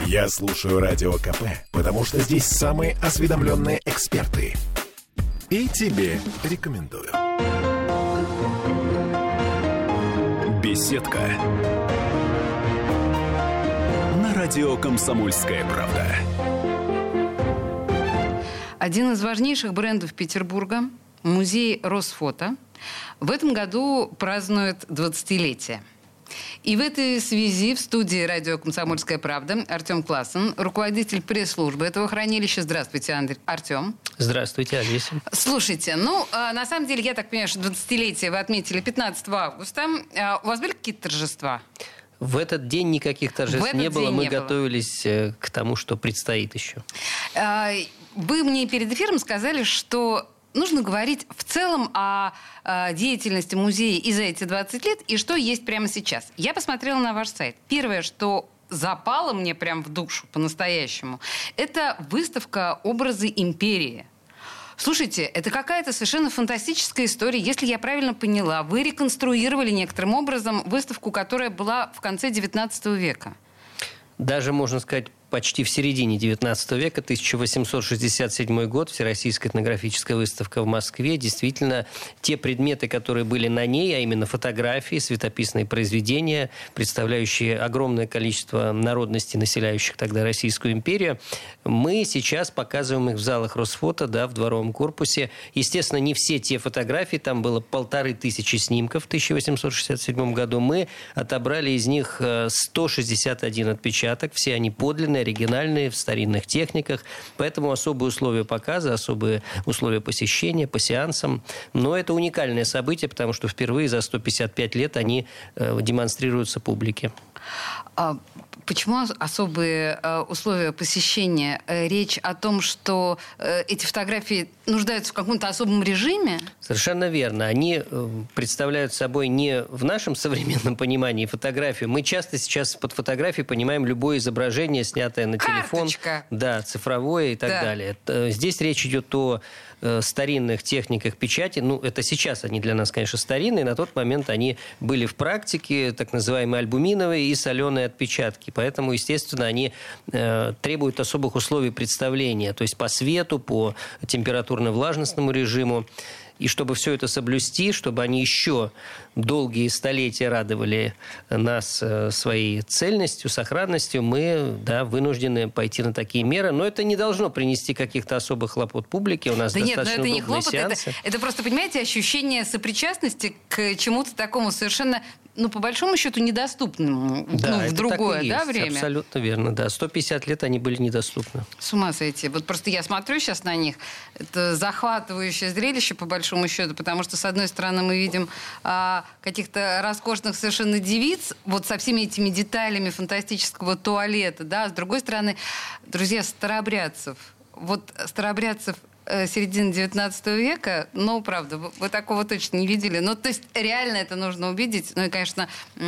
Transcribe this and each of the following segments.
Я слушаю Радио КП, потому что здесь самые осведомленные эксперты. И тебе рекомендую. Беседка. На радио «Комсомольская правда». Один из важнейших брендов Петербурга, музей Росфото, в этом году празднует 20-летие. И в этой связи в студии радио «Комсомольская правда» Артем Классен, руководитель пресс-службы этого хранилища. Здравствуйте, Артем. Здравствуйте, Олеся. Слушайте, на самом деле, я так понимаю, что 20-летие вы отметили 15 августа. У вас были какие-то торжества? В этот день никаких торжеств не было. Мы готовились к тому, что предстоит еще. Вы мне перед эфиром сказали, что нужно говорить в целом о деятельности музея и за эти 20 лет, и что есть прямо сейчас. Я посмотрела на ваш сайт. Первое, что запало мне прям в душу по-настоящему, это выставка «Образы империи». Слушайте, это какая-то совершенно фантастическая история. Если я правильно поняла, вы реконструировали некоторым образом выставку, которая была в конце XIX века. Даже, можно сказать, почти в середине XIX века, 1867 год, Всероссийская этнографическая выставка в Москве. Действительно, те предметы, которые были на ней, а именно фотографии, светописные произведения, представляющие огромное количество народностей, населяющих тогда Российскую империю, мы сейчас показываем их в залах Росфото, в дворовом корпусе. Естественно, не все те фотографии, там было 1500 снимков в 1867 году. Мы отобрали из них 161 отпечаток, все они подлинные, оригинальные, в старинных техниках. Поэтому особые условия показа, особые условия посещения по сеансам. Но это уникальное событие, потому что впервые за 155 лет они демонстрируются публике. Почему особые условия посещения? Речь о том, что эти фотографии нуждаются в каком-то особом режиме? Совершенно верно. Они представляют собой не в нашем современном понимании фотографию. Мы часто сейчас под фотографией понимаем любое изображение, снятое на телефон. Карточка. Да, цифровое и так далее. Здесь речь идет о старинных техниках печати. Это сейчас они для нас, конечно, старинные. На тот момент они были в практике, так называемые альбуминовые и соленые отпечатки. Поэтому, естественно, они требуют особых условий представления. То есть по свету, по температурно-влажностному режиму. И чтобы все это соблюсти, чтобы они еще долгие столетия радовали нас своей цельностью, сохранностью, мы вынуждены пойти на такие меры. Но это не должно принести каких-то особых хлопот публике. У нас достаточно удобные сеансы. Это просто, понимаете, ощущение сопричастности к чему-то такому совершенно, по большому счету, недоступному в другое время. Абсолютно верно, 150 лет они были недоступны. С ума сойти. Вот просто я смотрю сейчас на них. Это захватывающее зрелище, по большому счету, потому что, с одной стороны, мы видим каких-то роскошных совершенно девиц, вот со всеми этими деталями фантастического туалета, а с другой стороны, друзья, старообрядцев. Вот старообрядцев середины 19 века, правда, вы такого точно не видели. То есть реально это нужно увидеть. И, конечно,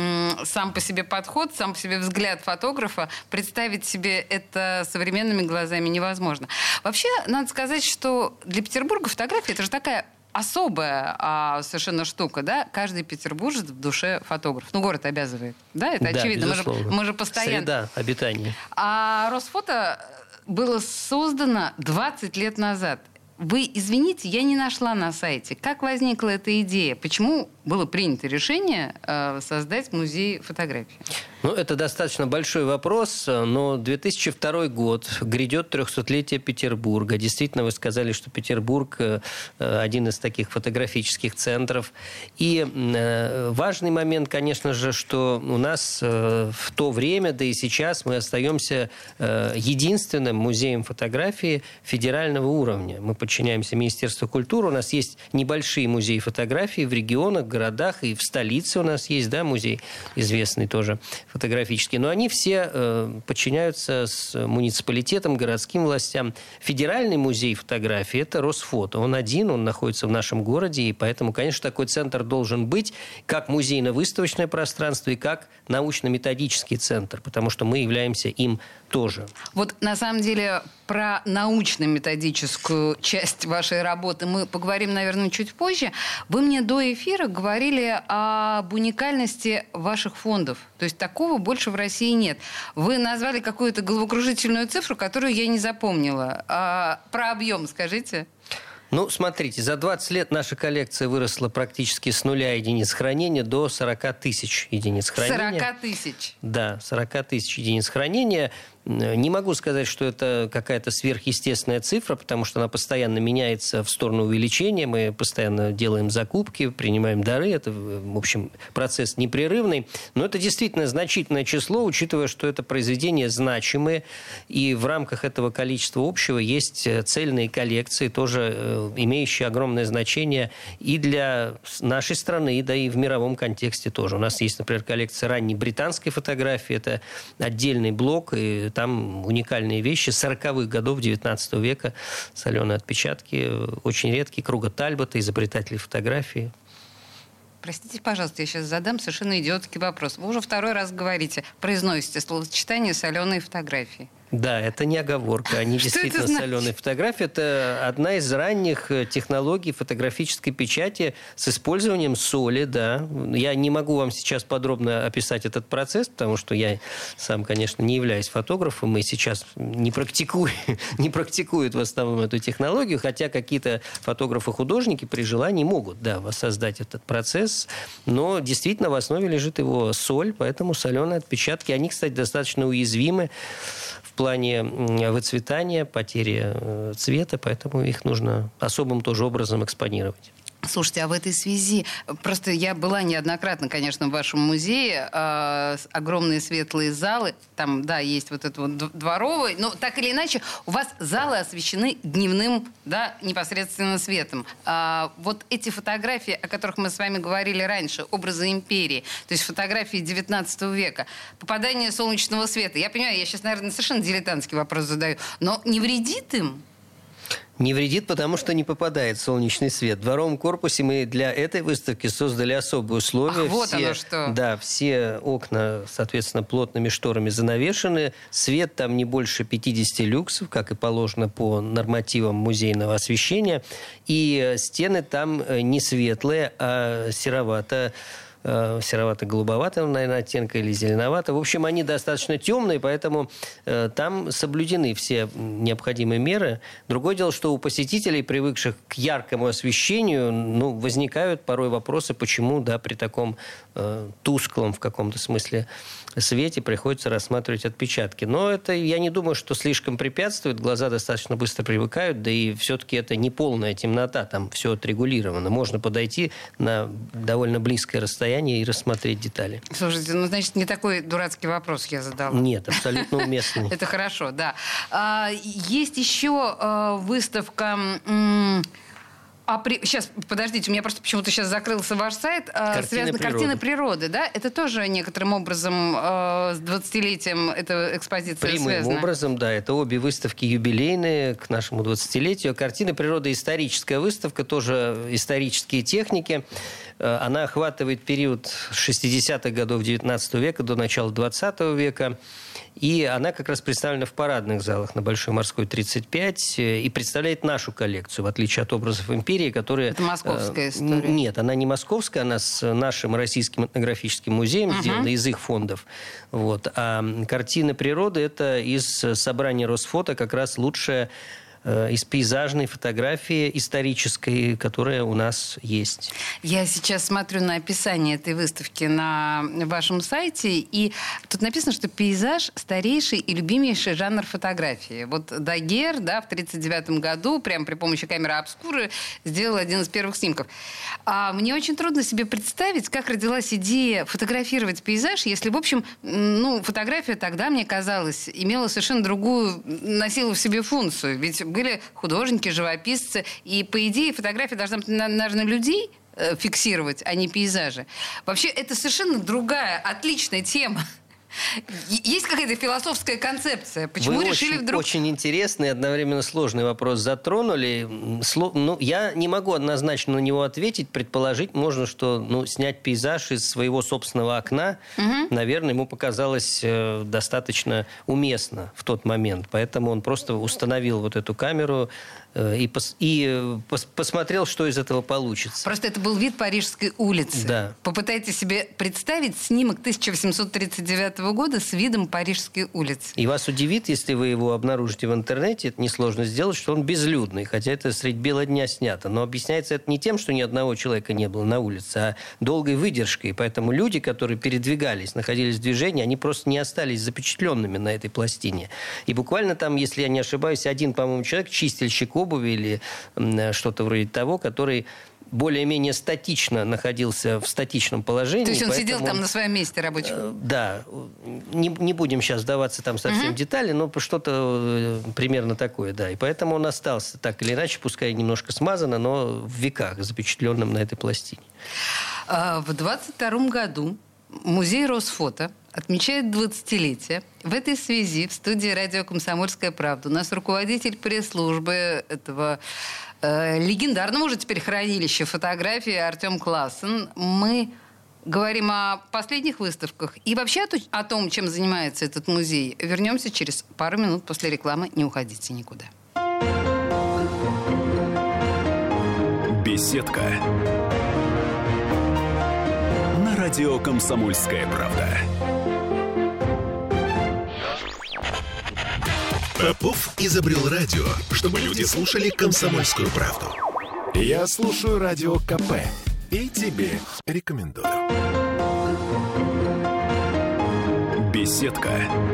сам по себе подход, сам по себе взгляд фотографа, представить себе это современными глазами невозможно. Вообще, надо сказать, что для Петербурга фотография — это же такая особая совершенно штука, Каждый петербуржец в душе фотограф. Город обязывает, это очевидно. Мы же постоянно... Среда обитания. А Росфото было создано 20 лет назад. Вы, извините, я не нашла на сайте. Как возникла эта идея? Почему было принято решение создать музей фотографии? Это достаточно большой вопрос, но 2002 год, грядет 300-летие Петербурга. Действительно, вы сказали, что Петербург один из таких фотографических центров. И важный момент, конечно же, что у нас в то время, да и сейчас, мы остаемся единственным музеем фотографии федерального уровня. Мы подчиняемся Министерству культуры. У нас есть небольшие музеи фотографии в регионах, городах, и в столице у нас есть, музей известный тоже фотографический. Но они все подчиняются с муниципалитетом, городским властям. Федеральный музей фотографии – это Росфото. Он один, он находится в нашем городе, и поэтому, конечно, такой центр должен быть как музейно-выставочное пространство и как научно-методический центр, потому что мы являемся им тоже. Вот на самом деле про научно-методическую часть вашей работы мы поговорим, наверное, чуть позже. Вы мне до эфира говорили говорили об уникальности ваших фондов. То есть такого больше в России нет. Вы назвали какую-то головокружительную цифру, которую я не запомнила. Про объем скажите. Ну, смотрите, за 20 лет наша коллекция выросла практически с 0 единиц хранения до 40 тысяч единиц хранения. 40 тысяч? Да, 40 тысяч единиц хранения. Не могу сказать, что это какая-то сверхъестественная цифра, потому что она постоянно меняется в сторону увеличения. Мы постоянно делаем закупки, принимаем дары. Это, в общем, процесс непрерывный. Но это действительно значительное число, учитывая, что это произведения значимые. И в рамках этого количества общего есть цельные коллекции, тоже имеющие огромное значение и для нашей страны, да и в мировом контексте тоже. У нас есть, например, коллекция ранней британской фотографии. Это отдельный блок, и там уникальные вещи 40-х годов 19 века, соленые отпечатки, очень редкие, круга Тальбота, изобретателей фотографии. Простите, пожалуйста, я сейчас задам совершенно идиотский вопрос. Вы уже второй раз говорите, произносите словосочетание «соленые фотографии». Да, это не оговорка. Они действительно соленые фотографии. Это одна из ранних технологий фотографической печати с использованием соли, да. Я не могу вам сейчас подробно описать этот процесс, потому что я сам, конечно, не являюсь фотографом и сейчас не практикуют в основном эту технологию, хотя какие-то фотографы-художники при желании могут, да, воссоздать этот процесс. Но действительно в основе лежит его соль, поэтому соленые отпечатки, они, кстати, достаточно уязвимы в плане выцветания, потери цвета, поэтому их нужно особым тоже образом экспонировать. Слушайте, а в этой связи, просто я была неоднократно, конечно, в вашем музее, огромные светлые залы, там, да, есть вот это вот дворовый, но так или иначе у вас залы освещены дневным, да, непосредственно светом. Вот эти фотографии, о которых мы с вами говорили раньше, образы империи, то есть фотографии 19 века, попадание солнечного света, я понимаю, я сейчас, наверное, совершенно дилетантский вопрос задаю, но не вредит им? Не вредит, потому что не попадает солнечный свет. В дворовом корпусе мы для этой выставки создали особые условия. Ах, вот оно что. Да, все окна, соответственно, плотными шторами занавешены. Свет там не больше 50 люксов, как и положено по нормативам музейного освещения. И стены там не светлые, а серовато-голубоватого, наверное, оттенка или зеленовато. В общем, они достаточно темные, поэтому там соблюдены все необходимые меры. Другое дело, что у посетителей, привыкших к яркому освещению, возникают порой вопросы, почему, да, при таком тусклом в каком-то смысле свете приходится рассматривать отпечатки. Но это, я не думаю, что слишком препятствует. Глаза достаточно быстро привыкают, да и все-таки это не полная темнота, там все отрегулировано. Можно подойти на довольно близкое расстояние и рассмотреть детали. Слушайте, значит, не такой дурацкий вопрос я задала. Нет, абсолютно уместный. Это хорошо, да. Есть еще выставка... Сейчас, подождите, у меня просто почему-то сейчас закрылся ваш сайт. Картины природы, да? Это тоже некоторым образом с 20-летием эта экспозиция прямым связана? Прямым образом, да. Это обе выставки юбилейные к нашему 20-летию. Картины природы — историческая выставка, тоже исторические техники. Она охватывает период 60-х годов 19 века до начала 20 века. И она как раз представлена в парадных залах на Большой Морской, 35, и представляет нашу коллекцию, в отличие от образов империи, которые... Это московская история? Нет, она не московская, она с нашим Российским этнографическим музеем сделана, из их фондов. Вот. А картины природы — это из собрания Росфото как раз лучшая из пейзажной фотографии исторической, которая у нас есть. Я сейчас смотрю на описание этой выставки на вашем сайте, и тут написано, что пейзаж – старейший и любимейший жанр фотографии. Вот Дагер, да, в 1939 году прямо при помощи камеры обскуры сделал один из первых снимков. Мне очень трудно себе представить, как родилась идея фотографировать пейзаж, если, в общем, фотография тогда, мне казалось, имела совершенно другую, носила в себе функцию. Ведь были художники, живописцы, и, по идее, фотография должна, наверное, людей фиксировать, а не пейзажи. Вообще, это совершенно другая, отличная тема. Есть какая-то философская концепция? Почему Вы решили вдруг... очень интересный и одновременно сложный вопрос затронули. Я не могу однозначно на него ответить. Предположить можно, что снять пейзаж из своего собственного окна, наверное, ему показалось достаточно уместно в тот момент. Поэтому он просто установил вот эту камеру и посмотрел, что из этого получится. Просто это был вид Парижской улицы. Да. Попытайтесь себе представить снимок 1839 года с видом Парижской улицы. И вас удивит, если вы его обнаружите в интернете, это несложно сделать, что он безлюдный, хотя это средь бела дня снято. Но объясняется это не тем, что ни одного человека не было на улице, а долгой выдержкой. Поэтому люди, которые передвигались, находились в движении, они просто не остались запечатленными на этой пластине. И буквально там, если я не ошибаюсь, один, по-моему, человек, чистильщик обуви или что-то вроде того, который более-менее статично находился в статичном положении. То есть он сидел там на своем месте рабочем? Да. Не будем сейчас вдаваться там совсем в детали, но что-то примерно такое, да. И поэтому он остался так или иначе, пускай немножко смазано, но в веках запечатленным на этой пластине. В 22 году музей Росфото отмечает 20-летие. В этой связи в студии радио «Комсомольская правда» у нас руководитель пресс-службы этого легендарного уже теперь хранилища фотографий Артем Классен. Мы говорим о последних выставках и вообще о том, чем занимается этот музей. Вернемся через пару минут после рекламы. Не уходите никуда. Беседка. На радио «Комсомольская правда». Попов изобрел радио, чтобы люди слушали «Комсомольскую правду». Я слушаю радио КП и тебе рекомендую. Беседка.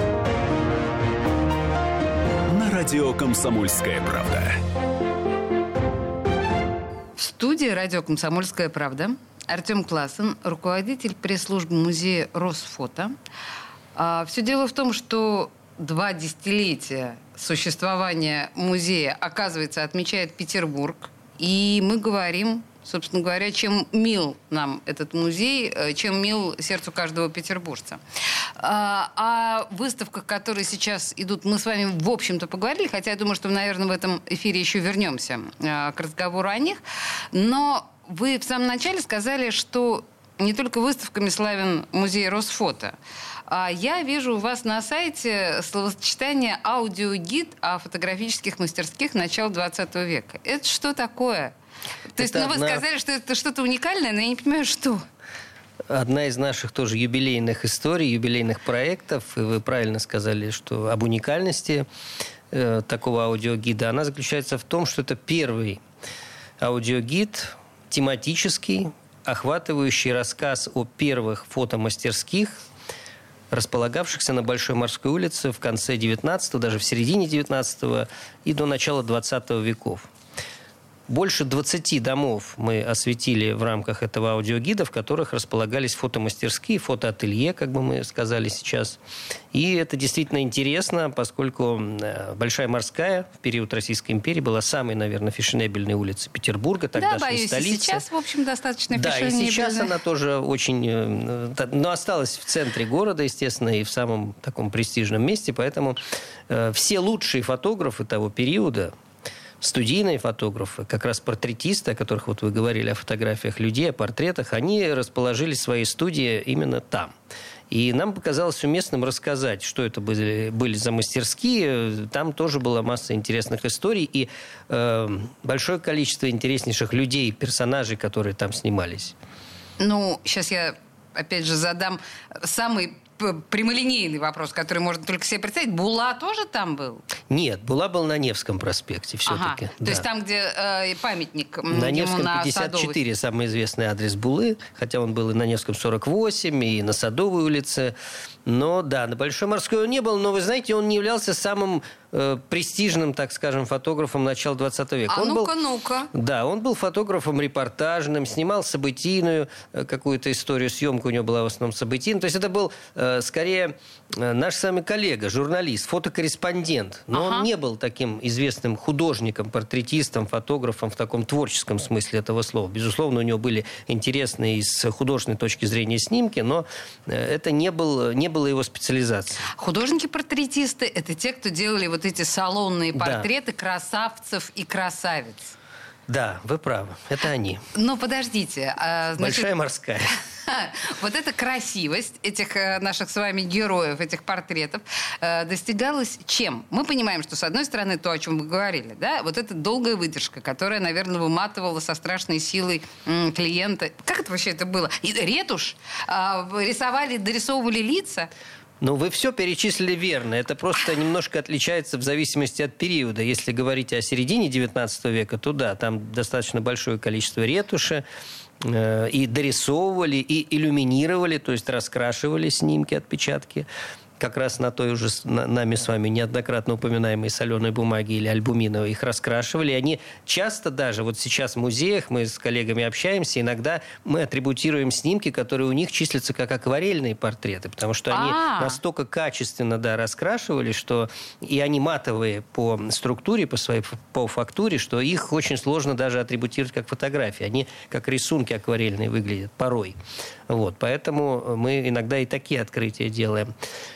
На радио «Комсомольская правда». В студии радио «Комсомольская правда» Артем Классен, руководитель пресс-службы музея Росфото. Все дело в том, что 2 десятилетия существования музея, оказывается, отмечает Петербург. И мы говорим, собственно говоря, чем мил нам этот музей, чем мил сердцу каждого петербуржца. О выставках, которые сейчас идут, мы с вами, в общем-то, поговорили, хотя я думаю, что, наверное, в этом эфире еще вернемся к разговору о них. Но вы в самом начале сказали, что не только выставками славен музей Росфото. Я вижу у вас на сайте словосочетание «аудиогид» о фотографических мастерских начала 20 века. Это что такое? То есть, вы сказали, что это что-то уникальное, но я не понимаю, что. Одна из наших тоже юбилейных историй, юбилейных проектов, и вы правильно сказали, что об уникальности такого аудиогида, она заключается в том, что это первый аудиогид тематический, охватывающий рассказ о первых фотомастерских, располагавшихся на Большой Морской улице в конце 19-го, даже в середине 19-го и до начала 20 веков. Больше 20 домов мы осветили в рамках этого аудиогида, в которых располагались фотомастерские, фотоателье, как бы мы сказали сейчас. И это действительно интересно, поскольку Большая Морская в период Российской империи была самой, наверное, фешенебельной улицей Петербурга, тогдашней столицы. И сейчас, в общем, достаточно фешенебельная. Да, и сейчас она тоже очень... Но осталась в центре города, естественно, и в самом таком престижном месте, поэтому все лучшие фотографы того периода, студийные фотографы, как раз портретисты, о которых вот вы говорили, о фотографиях людей, о портретах, они расположили свои студии именно там. И нам показалось уместным рассказать, что это были за мастерские. Там тоже была масса интересных историй и большое количество интереснейших людей, персонажей, которые там снимались. Сейчас я, опять же, задам самый прямолинейный вопрос, который можно только себе представить. Була тоже там был? Нет, Була был на Невском проспекте все-таки. То есть там, где памятник на Невском на 54 Садовой. Самый известный адрес Булы, хотя он был и на Невском 48, и на Садовой улице. Но да, на Большой Морской он не был, но вы знаете, он не являлся самым престижным, так скажем, фотографом начала 20 века. Ну-ка. Да, он был фотографом репортажным, снимал событийную какую-то историю, съемка у него была в основном событийная. То есть это был скорее наш с вами коллега, журналист, фотокорреспондент. Но но он не был таким известным художником, портретистом, фотографом в таком творческом смысле этого слова. Безусловно, у него были интересные с художественной точки зрения снимки, но это не было его специализацией. Художники-портретисты – это те, кто делали вот эти салонные портреты красавцев и красавиц. Да, вы правы, это они. Но подождите. Большая морская. Вот эта красивость этих наших с вами героев, этих портретов, достигалась чем? Мы понимаем, что, с одной стороны, то, о чем вы говорили, да, вот эта долгая выдержка, которая, наверное, выматывала со страшной силой клиента. Как это вообще это было? И ретушь? Рисовали, дорисовывали лица? Ну, вы все перечислили верно. Это просто немножко отличается в зависимости от периода. Если говорить о середине XIX века, то да, там достаточно большое количество ретуши. И дорисовывали, и иллюминировали, то есть раскрашивали снимки, отпечатки. Как раз на той уже нами с вами неоднократно упоминаемой соленой бумаге или альбуминовой их раскрашивали. И они часто даже, вот сейчас в музеях, мы с коллегами общаемся, иногда мы атрибутируем снимки, которые у них числятся как акварельные портреты, потому что они настолько качественно раскрашивали, что и они матовые по структуре, по фактуре, что их очень сложно даже атрибутировать как фотографии. Они как рисунки акварельные выглядят порой. Вот, поэтому мы иногда и такие открытия делаем.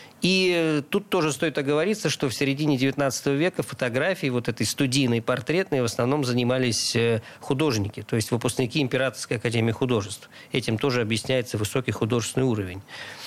И тут тоже стоит оговориться, что в середине XIX века фотографией, вот этой студийной, портретной, в основном занимались художники, то есть выпускники Императорской академии художеств. Этим тоже объясняется высокий художественный уровень.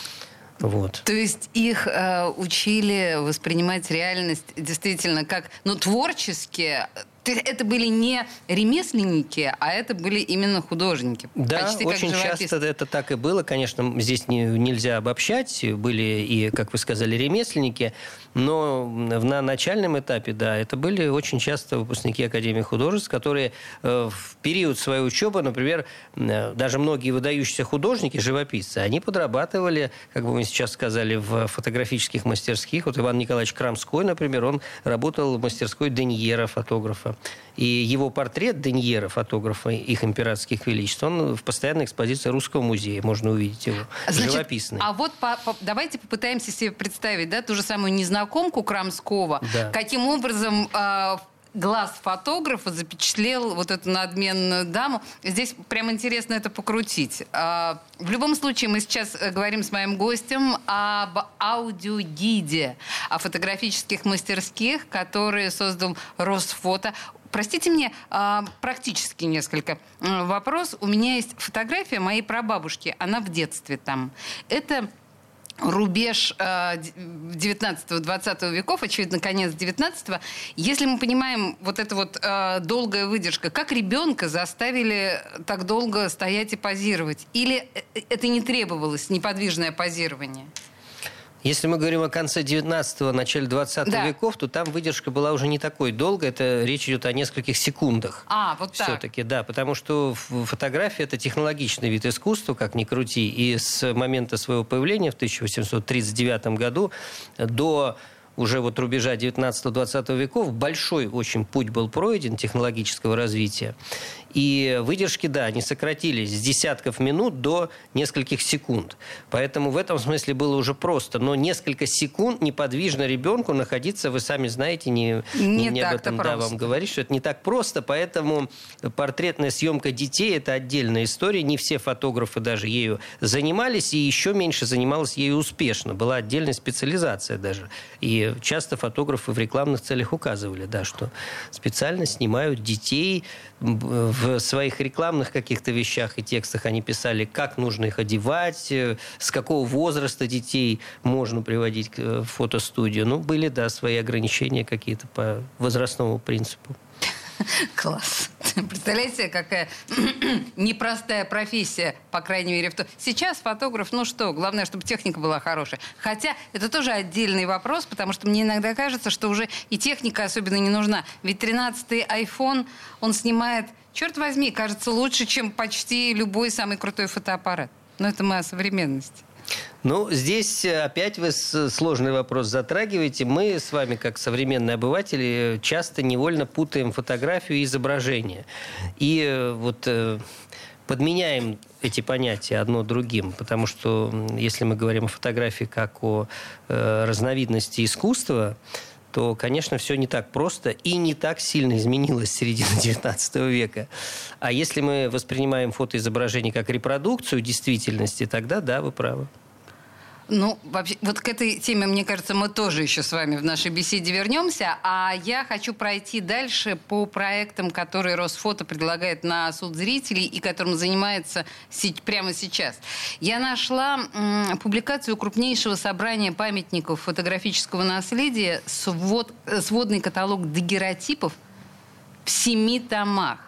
Вот. То есть их учили воспринимать реальность действительно как, творчески. Это были не ремесленники, а это были именно художники. Да, почти очень как часто это так и было. Конечно, здесь нельзя обобщать. Были и, как вы сказали, ремесленники. Но на начальном этапе, да, это были очень часто выпускники Академии художеств, которые в период своей учебы, например, даже многие выдающиеся художники, живописцы, они подрабатывали, как бы мы сейчас сказали, в фотографических мастерских. Вот Иван Николаевич Крамской, например, он работал в мастерской Деньера, фотографа. И его портрет Деньера, фотографа их императорских величеств, он в постоянной экспозиции Русского музея. Можно увидеть его. Живописный. А вот давайте попытаемся себе представить, ту же самую незнакомку Крамского. Да. Каким образом глаз фотографа запечатлел вот эту надменную даму. Здесь прям интересно это покрутить. В любом случае, мы сейчас говорим с моим гостем об аудиогиде, о фотографических мастерских, которые создал Росфото. Простите мне, практически несколько вопрос. У меня есть фотография моей прабабушки. Она в детстве там. Это рубеж 19-20 веков, очевидно, конец 19-го. Если мы понимаем вот эта вот долгая выдержка, как ребенка заставили так долго стоять и позировать? Или это не требовалось, неподвижное позирование? Если мы говорим о конце 19-го, начале 20 веков, то там выдержка была уже не такой долгой. Это речь идет о нескольких секундах. Вот так. Все-таки, да. Потому что фотография – это технологичный вид искусства, как ни крути. И с момента своего появления в 1839 году до уже вот рубежа 19-20 веков большой очень путь был пройден технологического развития. И выдержки, да, они сократились с десятков минут до нескольких секунд. Поэтому в этом смысле было уже просто. Но несколько секунд неподвижно ребенку находиться, вы сами знаете, не об этом вам говорить, что это не так просто. Поэтому портретная съемка детей – это отдельная история. Не все фотографы даже ею занимались, и еще меньше занималась ею успешно. Была отдельная специализация даже. И часто фотографы в рекламных целях указывали, да, что специально снимают детей. В своих рекламных каких-то вещах и текстах они писали, как нужно их одевать, с какого возраста детей можно приводить в фотостудию. Были, да, свои ограничения какие-то по возрастному принципу. Класс. Представляете, какая непростая профессия, по крайней мере. Сейчас фотограф, главное, чтобы техника была хорошая. Хотя это тоже отдельный вопрос, потому что мне иногда кажется, что уже и техника особенно не нужна. Ведь 13-й iPhone, он снимает, черт возьми, кажется, лучше, чем почти любой самый крутой фотоаппарат. Но это мы о современности. Здесь опять вы сложный вопрос затрагиваете. Мы с вами, как современные обыватели, часто невольно путаем фотографию и изображение. И подменяем эти понятия одно другим. Потому что если мы говорим о фотографии как о разновидности искусства, то, конечно, все не так просто и не так сильно изменилось с середины XIX века. А если мы воспринимаем фотоизображение как репродукцию действительности, тогда да, вы правы. Ну, вообще, вот к этой теме, мне кажется, мы тоже еще с вами в нашей беседе вернемся. А я хочу пройти дальше по проектам, которые Росфото предлагает на суд зрителей и которым занимается прямо сейчас. Я нашла публикацию крупнейшего собрания памятников фотографического наследия, сводный каталог дагеротипов в 7 томах.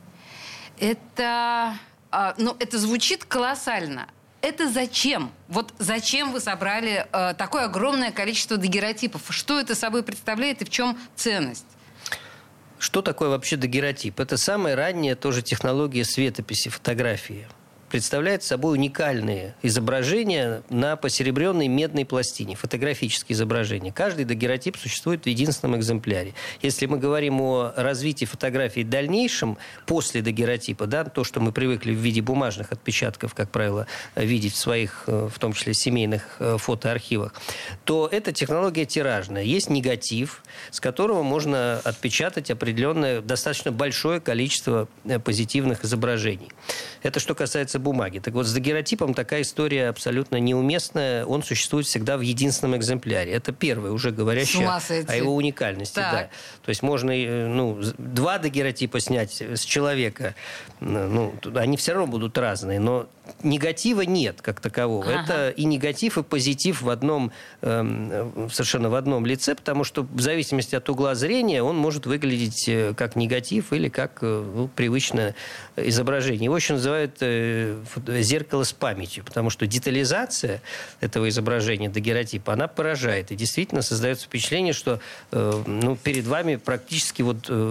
Это звучит колоссально. Это зачем? Вот зачем вы собрали такое огромное количество дагеротипов? Что это собой представляет и в чем ценность? Что такое вообще дагеротип? Это самая ранняя тоже технология светописи, фотографии. Представляет собой уникальные изображения на посеребренной медной пластине, фотографические изображения. Каждый дагеротип существует в единственном экземпляре. Если мы говорим о развитии фотографии дальнейшем, после дагеротипа, да, то, что мы привыкли в виде бумажных отпечатков, как правило, видеть в своих, в том числе семейных фотоархивах, то эта технология тиражная. Есть негатив, с которого можно отпечатать определенное, достаточно большое количество позитивных изображений. Это что касается бумаги. Так вот, с дагеротипом такая история абсолютно неуместная. Он существует всегда в единственном экземпляре. Это первое, уже говорящее о его уникальности. Да. То есть можно 2 дагеротипа снять с человека. Они все равно будут разные, но негатива нет как такового. Это и негатив, и позитив совершенно в одном лице, потому что в зависимости от угла зрения он может выглядеть как негатив или как привычное изображение. Его еще называют зеркало с памятью, потому что детализация этого изображения, дагеротипа, она поражает. И действительно создается впечатление, что перед вами практически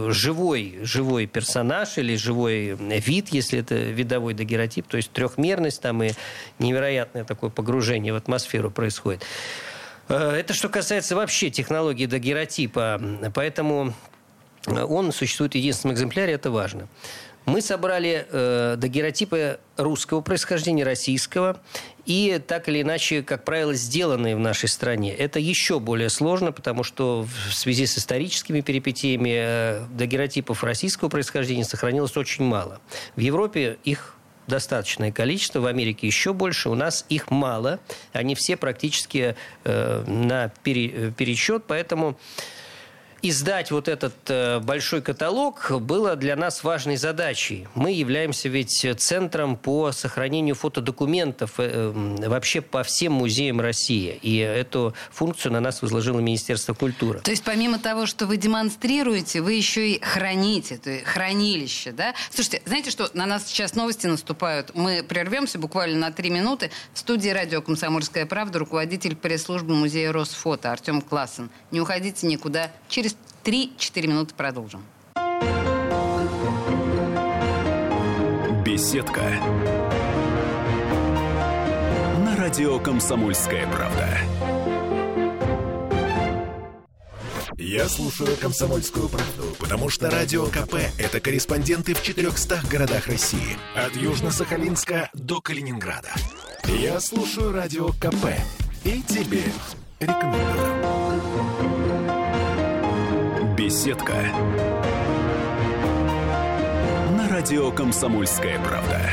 живой персонаж или живой вид, если это видовой дагеротип, то есть трехмерность там и невероятное такое погружение в атмосферу происходит. Это что касается вообще технологии дагеротипа. Поэтому он существует в единственном экземпляре, это важно. Мы собрали дагеротипы русского происхождения, российского, и так или иначе, как правило, сделанные в нашей стране. Это еще более сложно, потому что в связи с историческими перипетиями дагеротипов российского происхождения сохранилось очень мало. В Европе их достаточное количество, в Америке еще больше, у нас их мало. Они все практически на пересчет, поэтому издать вот этот большой каталог было для нас важной задачей. Мы являемся ведь центром по сохранению фотодокументов вообще по всем музеям России. И эту функцию на нас возложило Министерство культуры. То есть помимо того, что вы демонстрируете, вы еще и храните, то есть хранилище, да? Слушайте, знаете что, на нас сейчас новости наступают. Мы прервемся буквально на 3 минуты. В студии радио «Комсомольская правда» руководитель пресс-службы музея Росфото Артем Классен. Не уходите никуда. Через 3-4 минуты продолжим. Беседка. На радио «Комсомольская правда». Я слушаю «Комсомольскую правду», потому что Радио КП – это корреспонденты в 400 городах России. От Южно-Сахалинска до Калининграда. Я слушаю Радио КП и тебе рекомендую. Беседка. На радио «Комсомольская правда».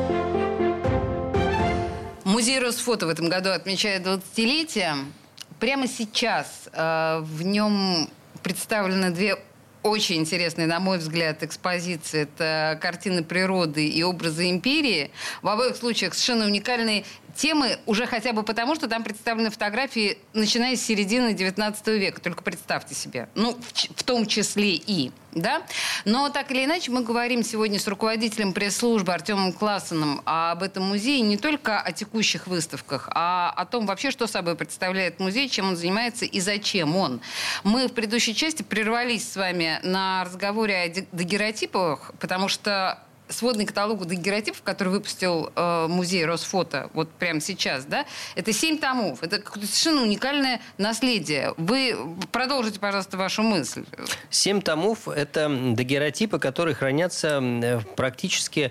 Музей Росфото в этом году отмечает 20-летие. Прямо сейчас в нем представлены 2 очень интересные, на мой взгляд, экспозиции. Это картины природы и образы империи. В обоих случаях совершенно уникальные темы, уже хотя бы потому, что там представлены фотографии, начиная с середины 19 века. Только представьте себе. В том числе и. Да? Но так или иначе мы говорим сегодня с руководителем пресс-службы Артемом Классеном об этом музее не только о текущих выставках, а о том вообще, что собой представляет музей, чем он занимается и зачем он. Мы в предыдущей части прервались с вами на разговоре о дагеротипах, потому что сводный каталог дагеротипов, который выпустил музей Росфото вот прямо сейчас, да, это 7 томов. Это какое-то совершенно уникальное наследие. Вы продолжите, пожалуйста, вашу мысль. 7 томов – это дагеротипы, которые хранятся практически,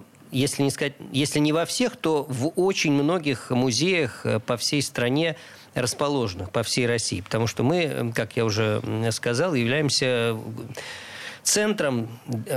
если не во всех, то в очень многих музеях по всей стране расположенных по всей России. Потому что мы, как я уже сказал, являемся центром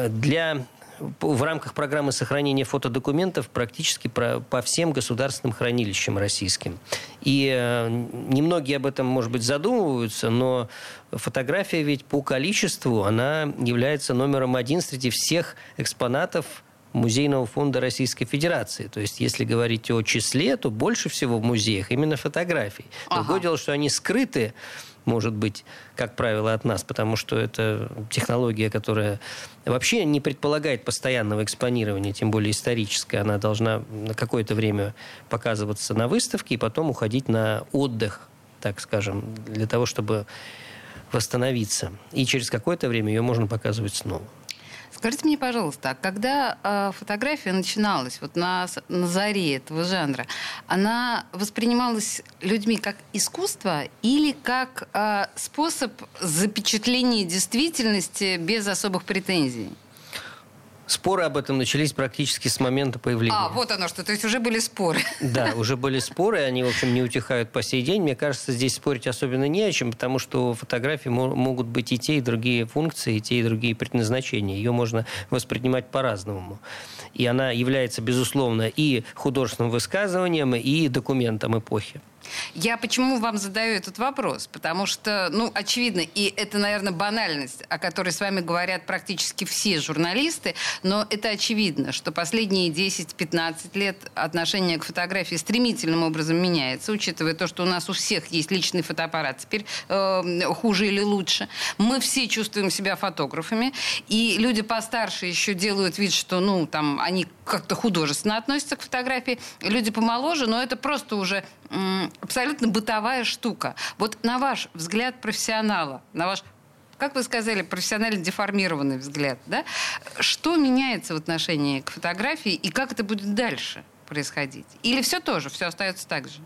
в рамках программы сохранения фотодокументов практически по всем государственным хранилищам российским. И немногие об этом, может быть, задумываются, но фотография ведь по количеству, она является номером 1 среди всех экспонатов Музейного фонда Российской Федерации. То есть, если говорить о числе, то больше всего в музеях именно фотографий. Другое дело, что они скрыты, может быть, как правило, от нас, потому что это технология, которая вообще не предполагает постоянного экспонирования, тем более историческая. Она должна на какое-то время показываться на выставке и потом уходить на отдых, так скажем, для того, чтобы восстановиться. И через какое-то время ее можно показывать снова. Скажите мне, пожалуйста, когда фотография начиналась вот на заре этого жанра, она воспринималась людьми как искусство или как способ запечатления действительности без особых претензий? Споры об этом начались практически с момента появления. Вот оно что, то есть уже были споры. Да, уже были споры, они, в общем, не утихают по сей день. Мне кажется, здесь спорить особенно не о чем, потому что у фотографии могут быть и те, и другие функции, и те, и другие предназначения. Ее можно воспринимать по-разному. И она является, безусловно, и художественным высказыванием, и документом эпохи. Я почему вам задаю этот вопрос? Потому что, очевидно, и это, наверное, банальность, о которой с вами говорят практически все журналисты, но это очевидно, что последние 10-15 лет отношение к фотографии стремительным образом меняется, учитывая то, что у нас у всех есть личный фотоаппарат, теперь хуже или лучше. Мы все чувствуем себя фотографами, и люди постарше еще делают вид, что, они как-то художественно относятся к фотографии. Люди помоложе, но это просто уже абсолютно бытовая штука. Вот на ваш взгляд профессионала, на ваш, как вы сказали, профессионально деформированный взгляд, да? Что меняется в отношении к фотографии и как это будет дальше происходить? Или все остается так же?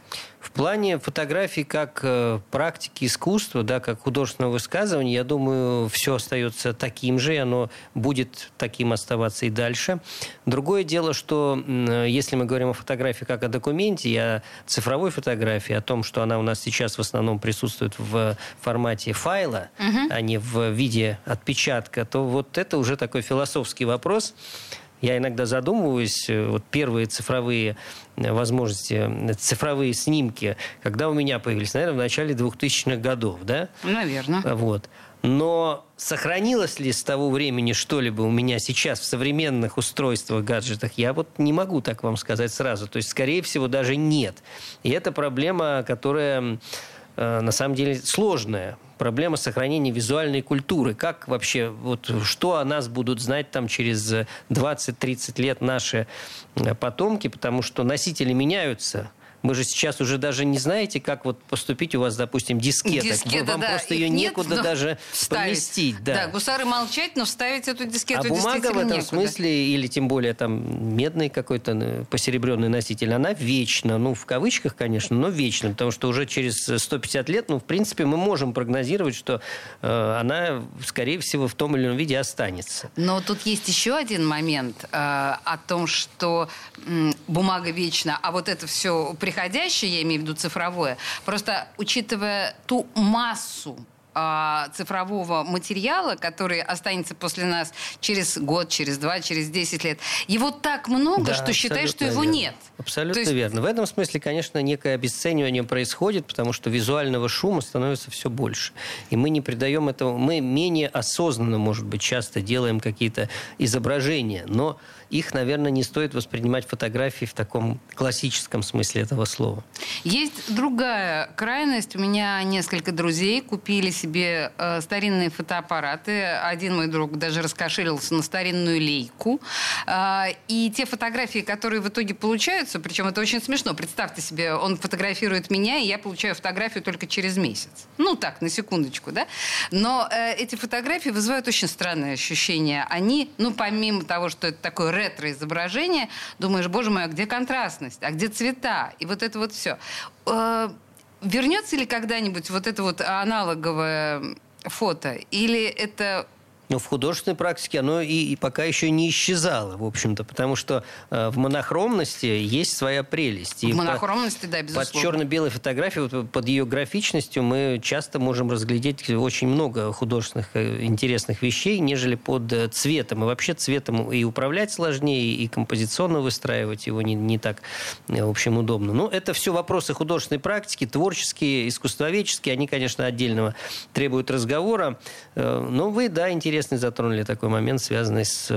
В плане фотографий как практики искусства, да, как художественного высказывания, я думаю, все остается таким же, и оно будет таким оставаться и дальше. Другое дело, что если мы говорим о фотографии как о документе, и о цифровой фотографии, о том, что она у нас сейчас в основном присутствует в формате файла, а не в виде отпечатка, то вот это уже такой философский вопрос. Я иногда задумываюсь, вот первые цифровые возможности, цифровые снимки, когда у меня появились, наверное, в начале 2000-х годов, да? Наверное. Вот. Но сохранилось ли с того времени что-либо у меня сейчас в современных устройствах, гаджетах, я вот не могу так вам сказать сразу. То есть, скорее всего, даже нет. И это проблема, которая на самом деле сложная. Проблема сохранения визуальной культуры. Как вообще, вот, что о нас будут знать там через 20-30 лет наши потомки, потому что носители меняются. Вы же сейчас уже даже не знаете, как вот поступить. У вас, допустим, дискета. Вам просто ее некуда даже поместить. Да, гусары молчать, но вставить эту дискету действительно некуда. А бумага в этом смысле, или тем более там медный какой-то посеребренный носитель, она вечна. В кавычках, конечно, но вечна. Потому что уже через 150 лет, в принципе, мы можем прогнозировать, что она, скорее всего, в том или ином виде останется. Но тут есть еще один момент о том, что бумага вечна, а вот это все приходящее, я имею в виду цифровое, просто учитывая ту массу цифрового материала, который останется после нас через год, через 2, через 10 лет. Его так много, что считай, что его верно. нет. Абсолютно верно. В этом смысле, конечно, некое обесценивание происходит, потому что визуального шума становится все больше. И мы не придаем этому... Мы менее осознанно, может быть, часто делаем какие-то изображения, но их, наверное, не стоит воспринимать фотографии в таком классическом смысле этого слова. Есть другая крайность. У меня несколько друзей купили себе старинные фотоаппараты. Один мой друг даже раскошелился на старинную лейку. И те фотографии, которые в итоге получаются, причем это очень смешно. Представьте себе, он фотографирует меня, и я получаю фотографию только через месяц. Так, на секундочку, да? Но эти фотографии вызывают очень странные ощущения. Они, помимо того, что это такое ретро-изображение, думаешь, боже мой, а где контрастность? А где цвета? И вот это вот все. Вернется ли когда-нибудь вот это вот аналоговое фото? Или это Но в художественной практике оно и пока еще не исчезало, в общем-то, потому что в монохромности есть своя прелесть. В монохромности, да, безусловно. Под черно-белой фотографией, вот, под ее графичностью мы часто можем разглядеть очень много художественных интересных вещей, нежели под цветом. И вообще цветом и управлять сложнее, и композиционно выстраивать его не так, в общем, удобно. Но это все вопросы художественной практики, творческие, искусствоведческие. Они, конечно, отдельного требуют разговора. Но вы, да, интересно затронули такой момент, связанный с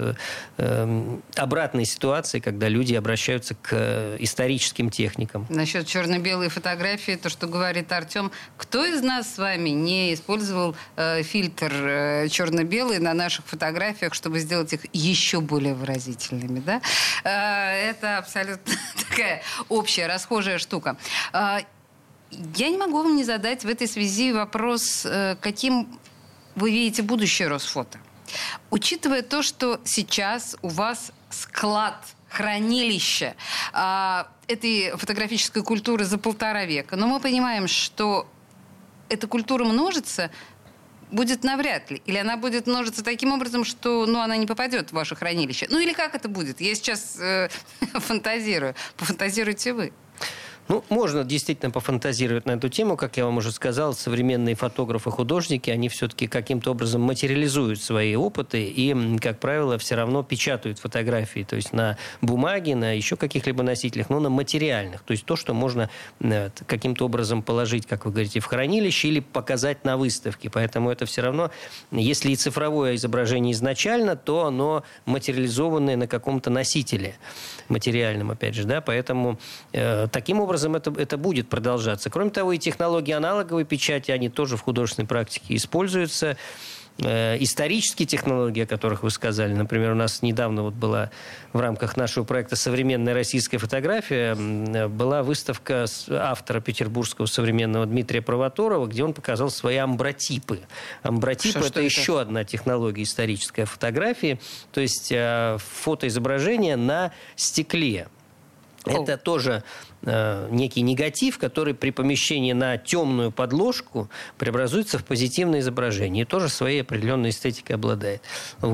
обратной ситуацией, когда люди обращаются к историческим техникам. Насчет черно-белой фотографии, то, что говорит Артем, кто из нас с вами не использовал фильтр черно-белый на наших фотографиях, чтобы сделать их еще более выразительными, да? Это абсолютно такая общая, расхожая штука. Я не могу вам не задать в этой связи вопрос, каким вы видите будущее Росфото. Учитывая то, что сейчас у вас склад, хранилище этой фотографической культуры за 1,5 века, но мы понимаем, что эта культура множится, будет навряд ли. Или она будет множиться таким образом, что она не попадет в ваше хранилище. Или как это будет? Я сейчас фантазирую. Пофантазируйте вы. Можно действительно пофантазировать на эту тему. Как я вам уже сказал, современные фотографы-художники, они все-таки каким-то образом материализуют свои опыты и, как правило, все равно печатают фотографии. То есть на бумаге, на еще каких-либо носителях, но на материальных. То есть то, что можно каким-то образом положить, как вы говорите, в хранилище или показать на выставке. Поэтому это все равно, если и цифровое изображение изначально, то оно материализованное на каком-то носителе материальном, опять же, да. Поэтому таким образом это будет продолжаться. Кроме того, и технологии аналоговой печати, они тоже в художественной практике используются. Исторические технологии, о которых вы сказали. Например, у нас недавно была в рамках нашего проекта «Современная российская фотография» была выставка автора петербургского современного Дмитрия Провоторова, где он показал свои амбротипы. Амбротипы – это еще одна технология исторической фотографии, то есть фотоизображение на стекле. Это тоже некий негатив, который при помещении на темную подложку преобразуется в позитивное изображение. И тоже своей определенной эстетикой обладает.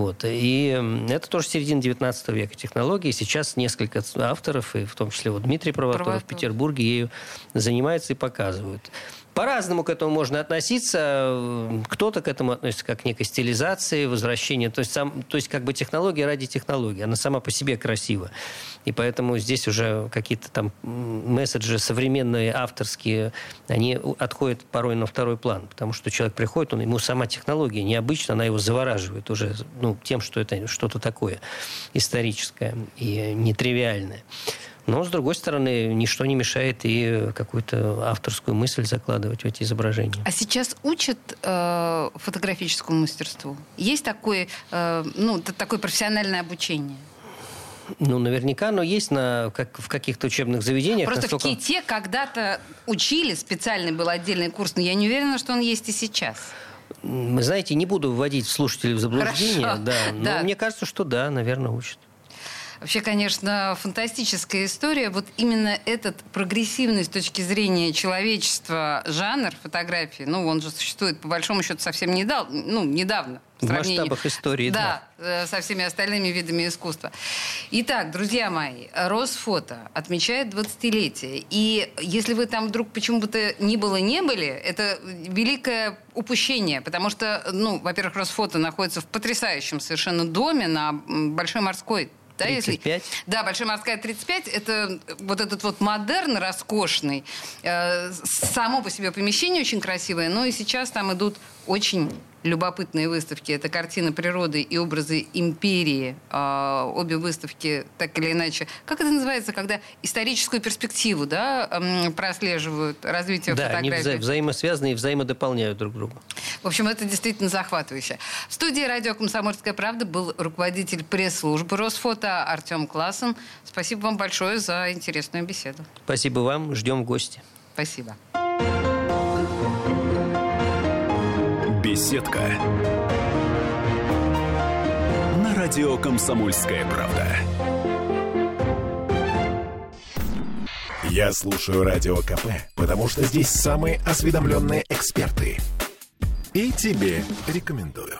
И это тоже середина 19 века технологии. Сейчас несколько авторов, и в том числе Дмитрий Провоторов в Петербурге, ею занимаются и показывают. По-разному к этому можно относиться. Кто-то к этому относится как к некой стилизации, возвращению. То есть как бы технология ради технологии. Она сама по себе красива. И поэтому здесь уже какие-то там месседжи современные, авторские, они отходят порой на второй план. Потому что человек приходит, ему сама технология необычна, она его завораживает уже тем, что это что-то такое историческое и нетривиальное. Но, с другой стороны, ничто не мешает и какую-то авторскую мысль закладывать в эти изображения. А сейчас учат фотографическому мастерству? Есть такое профессиональное обучение? Наверняка, но есть в каких-то учебных заведениях. Просто в КИТе когда-то учили, специальный был отдельный курс, но я не уверена, что он есть и сейчас. Вы знаете, не буду вводить слушателей в заблуждение. Хорошо. Но мне кажется, что да, наверное, учат. Вообще, конечно, фантастическая история. Именно этот прогрессивный с точки зрения человечества жанр фотографии, он же существует, по большому счету, совсем недавно. В масштабах истории, да. Со всеми остальными видами искусства. Итак, друзья мои, Росфото отмечает 20-летие. И если вы там вдруг почему-то не были, это великое упущение. Потому что, во-первых, Росфото находится в потрясающем совершенно доме на Большой Морской. 35? Да, Большая Морская, 35. Это этот модерн роскошный. Само по себе помещение очень красивое. Но и сейчас там идут очень любопытные выставки. Это картины природы и образы империи. Обе выставки, так или иначе. Как это называется, когда историческую перспективу прослеживают развитие фотографии? Да, они взаимосвязаны и взаимодополняют друг друга. В общем, это действительно захватывающе. В студии радио «Комсомольская правда» был руководитель пресс-службы Росфото Артем Классен. Спасибо вам большое за интересную беседу. Спасибо вам. Ждем в гости. Спасибо. Беседка. На радио «Комсомольская правда». Я слушаю Радио КП, потому что здесь самые осведомленные эксперты. И тебе рекомендую.